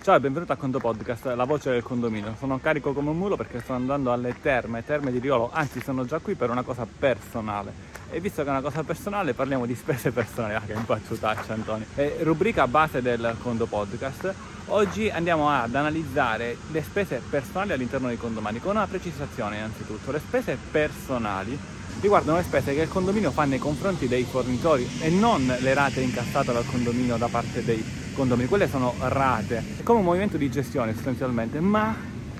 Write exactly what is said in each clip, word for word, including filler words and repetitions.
Ciao e benvenuto a Condo Podcast, la voce del condominio. Sono carico come un mulo perché sto andando alle terme, terme di Riolo, anzi sono già qui per una cosa personale. E visto che è una cosa personale parliamo di spese personali, ah che impacciutaccia Antonio. È rubrica base del Condo Podcast. Oggi andiamo ad analizzare le spese personali all'interno dei condomini, con una precisazione innanzitutto. Le spese personali riguardano le spese che il condominio fa nei confronti dei fornitori e non le rate incassate dal condominio da parte dei condomini. Quelle sono rate, è come un movimento di gestione sostanzialmente, ma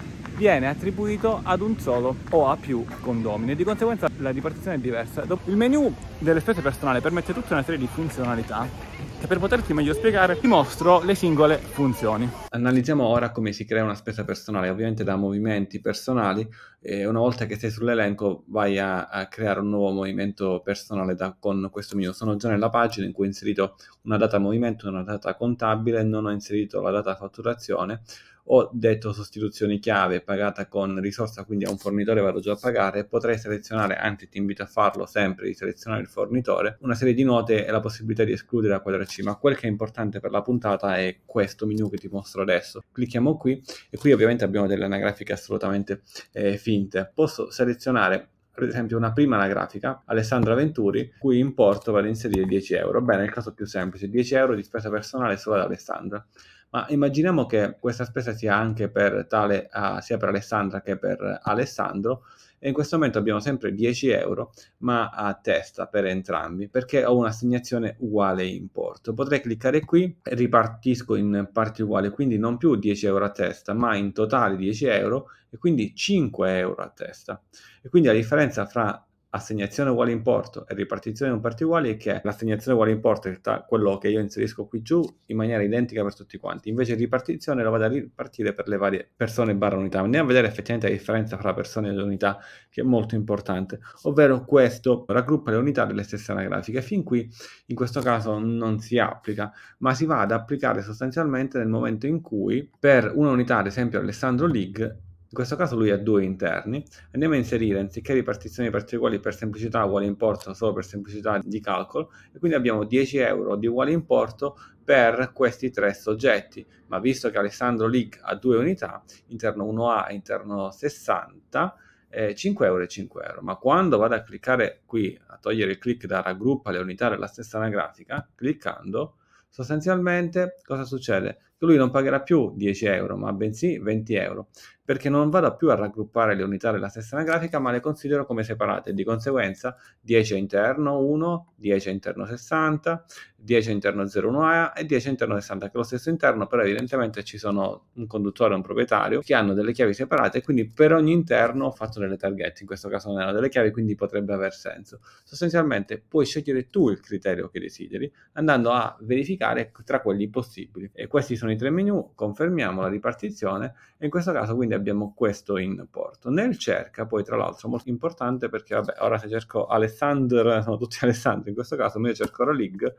viene attribuito ad un solo o a più condomini e di conseguenza la ripartizione è diversa. Il menu delle spese personali permette tutta una serie di funzionalità che per poterti meglio spiegare ti mostro le singole funzioni. Analizziamo ora come si crea una spesa personale, ovviamente da movimenti personali, e una volta che sei sull'elenco vai a, a creare un nuovo movimento personale da, con questo menu. Sono già nella pagina in cui ho inserito una data movimento e una data contabile, non ho inserito la data fatturazione. Ho detto sostituzioni chiave pagata con risorsa, quindi a un fornitore vado già a pagare. Potrei selezionare, anzi ti invito a farlo sempre, di selezionare il fornitore, una serie di note e la possibilità di escludere a quadra C, ma quel che è importante per la puntata è questo menu che ti mostro adesso. Clicchiamo qui e qui ovviamente abbiamo delle anagrafiche assolutamente eh, finte. Posso selezionare per esempio una prima anagrafica, Alessandra Venturi, cui importo vado ad inserire dieci euro. Bene, nel caso più semplice, dieci euro di spesa personale solo ad Alessandra. Ma immaginiamo che questa spesa sia anche per tale, uh, sia per Alessandra che per Alessandro, e in questo momento abbiamo sempre dieci euro, ma a testa per entrambi, perché ho un'assegnazione uguale importo. Potrei cliccare qui e ripartisco in parti uguali, quindi non più dieci euro a testa, ma in totale dieci euro, e quindi cinque euro a testa. E quindi la differenza fra assegnazione uguale importo e ripartizione in parti uguali è che l'assegnazione uguale importo è quello che io inserisco qui giù in maniera identica per tutti quanti, invece ripartizione lo vado a ripartire per le varie persone barra unità. Andiamo a vedere effettivamente la differenza fra persone e unità, che è molto importante, ovvero questo raggruppa le unità delle stesse anagrafiche. Fin qui in questo caso non si applica, ma si va ad applicare sostanzialmente nel momento in cui per una unità, ad esempio Alessandro Lig, in questo caso lui ha due interni, andiamo a inserire, anziché ripartizioni per uguali per semplicità uguale importo, solo per semplicità di calcolo, e quindi abbiamo dieci euro di uguale importo per questi tre soggetti. Ma visto che Alessandro Lig ha due unità, interno uno A e interno sessanta, eh, cinque euro e cinque euro. Ma quando vado a cliccare qui, a togliere il click da raggruppa le unità della stessa anagrafica, cliccando, sostanzialmente cosa succede? Che lui non pagherà più dieci euro, ma bensì venti euro, perché non vado più a raggruppare le unità della stessa anagrafica, ma le considero come separate. Di conseguenza dieci a interno uno, dieci a interno sessanta, dieci a interno zero uno A e dieci a interno sessanta, che è lo stesso interno, però evidentemente ci sono un conduttore e un proprietario che hanno delle chiavi separate, quindi per ogni interno ho fatto delle targhette. In questo caso non erano delle chiavi, quindi potrebbe aver senso. Sostanzialmente puoi scegliere tu il criterio che desideri, andando a verificare tra quelli possibili. E questi sono i tre menu. Confermiamo la ripartizione e in questo caso quindi abbiamo questo importo. Nel cerca poi, tra l'altro, molto importante, perché vabbè, ora se cerco Alessandro, sono tutti Alessandri in questo caso, ma io cerco la Lig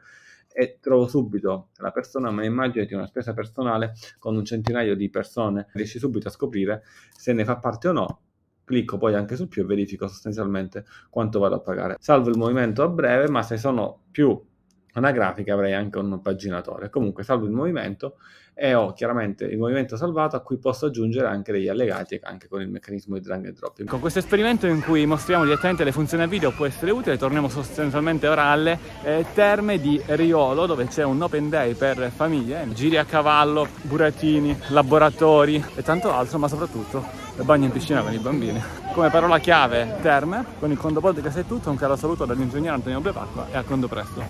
e trovo subito la persona, ma immaginati una spesa personale con un centinaio di persone, riesci subito a scoprire se ne fa parte o no. Clicco poi anche su più e verifico sostanzialmente quanto vado a pagare. Salvo il movimento a breve, ma se sono più anagrafiche avrei anche un paginatore. Comunque salvo il movimento e ho chiaramente il movimento salvato, a cui posso aggiungere anche degli allegati, anche con il meccanismo di drag and drop. Con questo esperimento in cui mostriamo direttamente le funzioni a video può essere utile. Torniamo sostanzialmente ora alle eh, terme di Riolo, dove c'è un open day per famiglie, giri a cavallo, burattini, laboratori e tanto altro, ma soprattutto bagno in piscina con i bambini. Come parola chiave terme. Con il Condo Podcast è tutto, un caro saluto dall'ingegnere Antonio Bepacqua e a Condo presto.